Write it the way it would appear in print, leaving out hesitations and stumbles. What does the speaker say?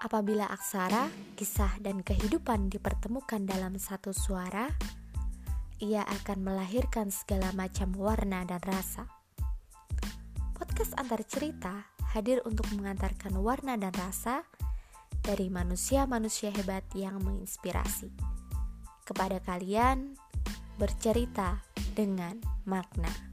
Apabila aksara, kisah, dan kehidupan dipertemukan dalam satu suara, ia akan melahirkan segala macam warna dan rasa. Podcast Antar Cerita hadir untuk mengantarkan warna dan rasa dari manusia-manusia hebat yang menginspirasi kepada kalian bercerita dengan makna.